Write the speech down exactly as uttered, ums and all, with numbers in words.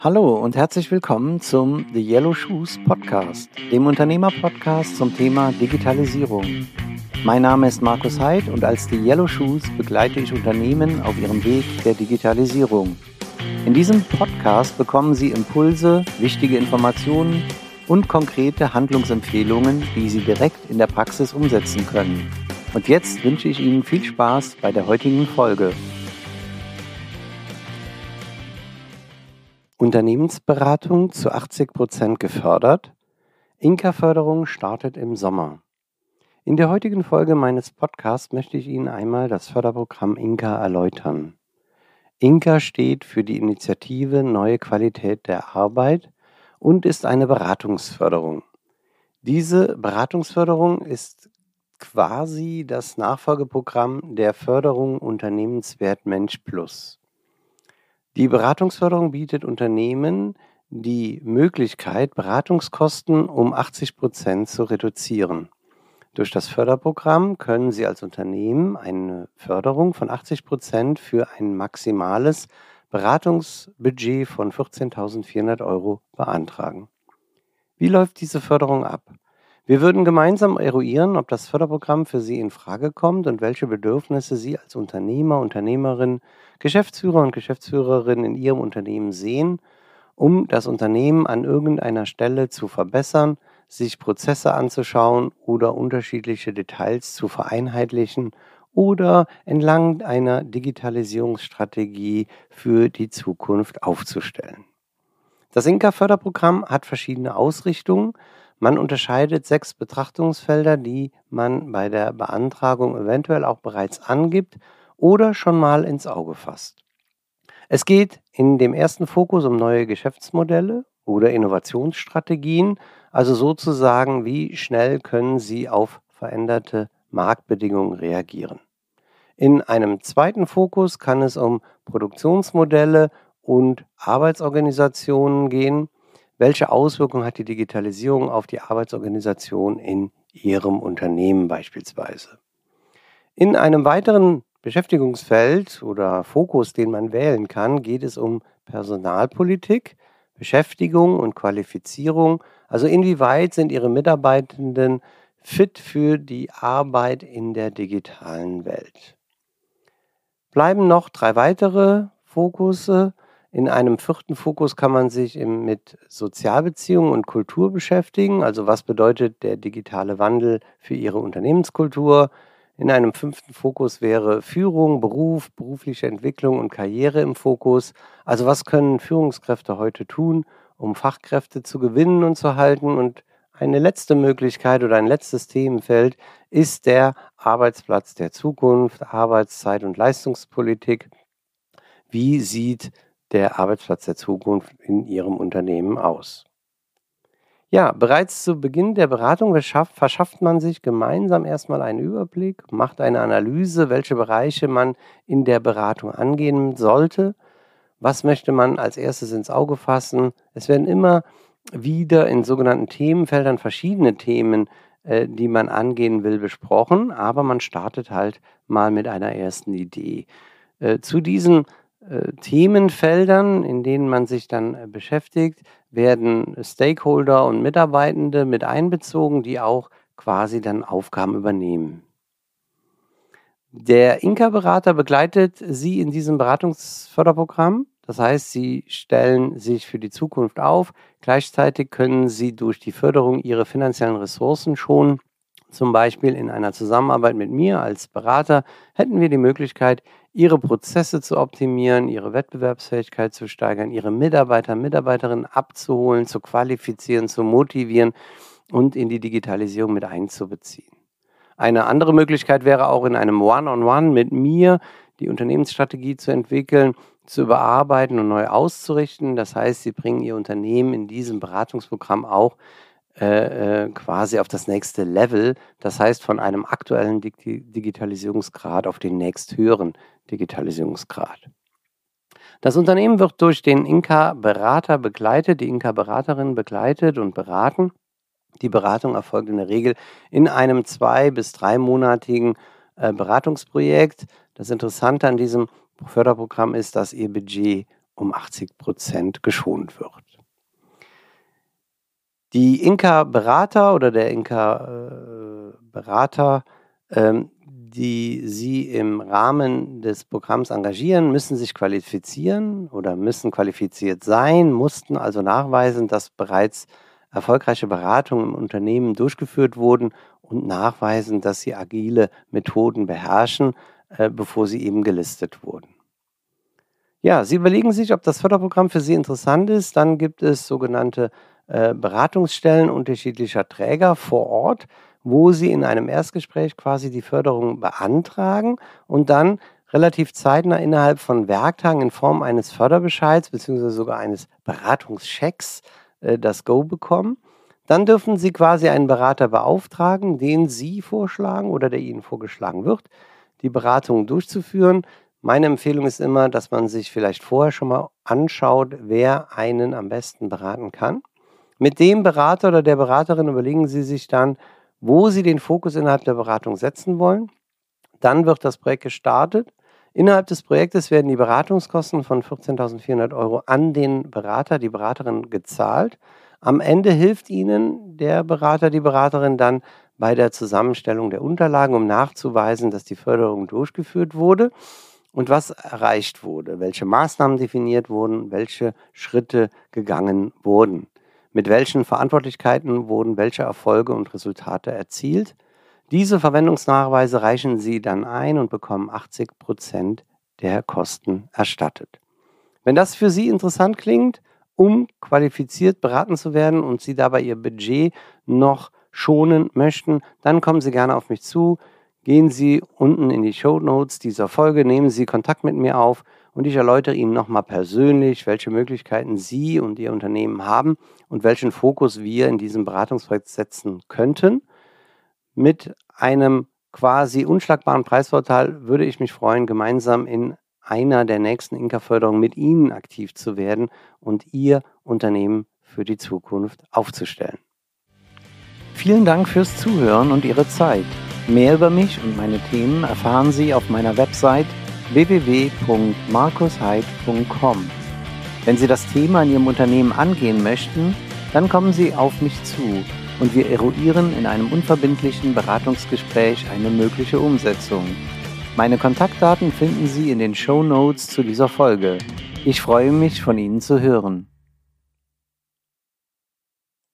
Hallo und herzlich willkommen zum The Yellow Shoes Podcast, dem Unternehmer-Podcast zum Thema Digitalisierung. Mein Name ist Markus Heid und als The Yellow Shoes begleite ich Unternehmen auf ihrem Weg der Digitalisierung. In diesem Podcast bekommen Sie Impulse, wichtige Informationen und konkrete Handlungsempfehlungen, die Sie direkt in der Praxis umsetzen können. Und jetzt wünsche ich Ihnen viel Spaß bei der heutigen Folge. Unternehmensberatung zu achtzig Prozent gefördert. Inka-Förderung startet im Sommer. In der heutigen Folge meines Podcasts möchte ich Ihnen einmal das Förderprogramm Inka erläutern. Inka steht für die Initiative Neue Qualität der Arbeit und ist eine Beratungsförderung. Diese Beratungsförderung ist quasi das Nachfolgeprogramm der Förderung Unternehmenswert Mensch Plus. Die Beratungsförderung bietet Unternehmen die Möglichkeit, Beratungskosten um achtzig Prozent zu reduzieren. Durch das Förderprogramm können Sie als Unternehmen eine Förderung von achtzig Prozent für ein maximales Beratungsbudget von vierzehntausendvierhundert Euro beantragen. Wie läuft diese Förderung ab? Wir würden gemeinsam eruieren, ob das Förderprogramm für Sie in Frage kommt und welche Bedürfnisse Sie als Unternehmer, Unternehmerin, Geschäftsführer und Geschäftsführerin in Ihrem Unternehmen sehen, um das Unternehmen an irgendeiner Stelle zu verbessern, sich Prozesse anzuschauen oder unterschiedliche Details zu vereinheitlichen oder entlang einer Digitalisierungsstrategie für die Zukunft aufzustellen. Das Inka-Förderprogramm hat verschiedene Ausrichtungen. Man unterscheidet sechs Betrachtungsfelder, die man bei der Beantragung eventuell auch bereits angibt oder schon mal ins Auge fasst. Es geht in dem ersten Fokus um neue Geschäftsmodelle oder Innovationsstrategien, also sozusagen, wie schnell können Sie auf veränderte Marktbedingungen reagieren. In einem zweiten Fokus kann es um Produktionsmodelle und Arbeitsorganisationen gehen. Welche Auswirkungen hat die Digitalisierung auf die Arbeitsorganisation in Ihrem Unternehmen beispielsweise? In einem weiteren Beschäftigungsfeld oder Fokus, den man wählen kann, geht es um Personalpolitik, Beschäftigung und Qualifizierung. Also inwieweit sind Ihre Mitarbeitenden fit für die Arbeit in der digitalen Welt? Bleiben noch drei weitere Fokusse. In einem vierten Fokus kann man sich mit Sozialbeziehungen und Kultur beschäftigen. Also was bedeutet der digitale Wandel für Ihre Unternehmenskultur? In einem fünften Fokus wäre Führung, Beruf, berufliche Entwicklung und Karriere im Fokus. Also was können Führungskräfte heute tun, um Fachkräfte zu gewinnen und zu halten? Und eine letzte Möglichkeit oder ein letztes Themenfeld ist der Arbeitsplatz der Zukunft, Arbeitszeit- und Leistungspolitik. Wie sieht der Arbeitsplatz der Zukunft in Ihrem Unternehmen aus? Ja, bereits zu Beginn der Beratung verschafft man sich gemeinsam erstmal einen Überblick, macht eine Analyse, welche Bereiche man in der Beratung angehen sollte. Was möchte man als erstes ins Auge fassen? Es werden immer wieder in sogenannten Themenfeldern verschiedene Themen, äh, die man angehen will, besprochen, aber man startet halt mal mit einer ersten Idee. Äh, zu diesen äh, Themenfeldern, in denen man sich dann äh, beschäftigt, werden Stakeholder und Mitarbeitende mit einbezogen, die auch quasi dann Aufgaben übernehmen. Der Inka-Berater begleitet Sie in diesem Beratungsförderprogramm. Das heißt, Sie stellen sich für die Zukunft auf. Gleichzeitig können Sie durch die Förderung Ihre finanziellen Ressourcen schonen. Zum Beispiel in einer Zusammenarbeit mit mir als Berater hätten wir die Möglichkeit, Ihre Prozesse zu optimieren, Ihre Wettbewerbsfähigkeit zu steigern, Ihre Mitarbeiter, Mitarbeiterinnen abzuholen, zu qualifizieren, zu motivieren und in die Digitalisierung mit einzubeziehen. Eine andere Möglichkeit wäre auch in einem One-on-One mit mir die Unternehmensstrategie zu entwickeln, zu überarbeiten und neu auszurichten. Das heißt, Sie bringen Ihr Unternehmen in diesem Beratungsprogramm auch äh, quasi auf das nächste Level. Das heißt, von einem aktuellen Dig- Digitalisierungsgrad auf den nächsthöheren Digitalisierungsgrad. Das Unternehmen wird durch den Inka-Berater begleitet, die Inka-Beraterin begleitet und beraten. Die Beratung erfolgt in der Regel in einem zwei- bis dreimonatigen äh, Beratungsprojekt. Das Interessante an diesem Förderprogramm ist, dass Ihr Budget um achtzig Prozent geschont wird. Die Inka-Berater oder der Inka-Berater, äh, ähm, die Sie im Rahmen des Programms engagieren, müssen sich qualifizieren oder müssen qualifiziert sein, mussten also nachweisen, dass bereits erfolgreiche Beratungen im Unternehmen durchgeführt wurden und nachweisen, dass sie agile Methoden beherrschen, äh, bevor sie eben gelistet wurden. Ja, Sie überlegen sich, ob das Förderprogramm für Sie interessant ist. Dann gibt es sogenannte äh, Beratungsstellen unterschiedlicher Träger vor Ort, wo Sie in einem Erstgespräch quasi die Förderung beantragen und dann relativ zeitnah innerhalb von Werktagen in Form eines Förderbescheids bzw. sogar eines Beratungschecks äh, das Go bekommen. Dann dürfen Sie quasi einen Berater beauftragen, den Sie vorschlagen oder der Ihnen vorgeschlagen wird, die Beratung durchzuführen. Meine Empfehlung ist immer, dass man sich vielleicht vorher schon mal anschaut, wer einen am besten beraten kann. Mit dem Berater oder der Beraterin überlegen Sie sich dann, wo Sie den Fokus innerhalb der Beratung setzen wollen. Dann wird das Projekt gestartet. Innerhalb des Projektes werden die Beratungskosten von vierzehntausendvierhundert Euro an den Berater, die Beraterin gezahlt. Am Ende hilft Ihnen der Berater, die Beraterin dann bei der Zusammenstellung der Unterlagen, um nachzuweisen, dass die Förderung durchgeführt wurde und was erreicht wurde, welche Maßnahmen definiert wurden, welche Schritte gegangen wurden, mit welchen Verantwortlichkeiten wurden welche Erfolge und Resultate erzielt. Diese Verwendungsnachweise reichen Sie dann ein und bekommen achtzig Prozent der Kosten erstattet. Wenn das für Sie interessant klingt, um qualifiziert beraten zu werden und Sie dabei Ihr Budget noch schonen möchten, dann kommen Sie gerne auf mich zu. Gehen Sie unten in die Shownotes dieser Folge, nehmen Sie Kontakt mit mir auf und ich erläutere Ihnen nochmal persönlich, welche Möglichkeiten Sie und Ihr Unternehmen haben und welchen Fokus wir in diesem Beratungsprojekt setzen könnten. Mit einem quasi unschlagbaren Preisvorteil würde ich mich freuen, gemeinsam in einer der nächsten Inka-Förderungen mit Ihnen aktiv zu werden und Ihr Unternehmen für die Zukunft aufzustellen. Vielen Dank fürs Zuhören und Ihre Zeit. Mehr über mich und meine Themen erfahren Sie auf meiner Website w w w punkt markus heid punkt com. Wenn Sie das Thema in Ihrem Unternehmen angehen möchten, dann kommen Sie auf mich zu und wir eruieren in einem unverbindlichen Beratungsgespräch eine mögliche Umsetzung. Meine Kontaktdaten finden Sie in den Shownotes zu dieser Folge. Ich freue mich, von Ihnen zu hören.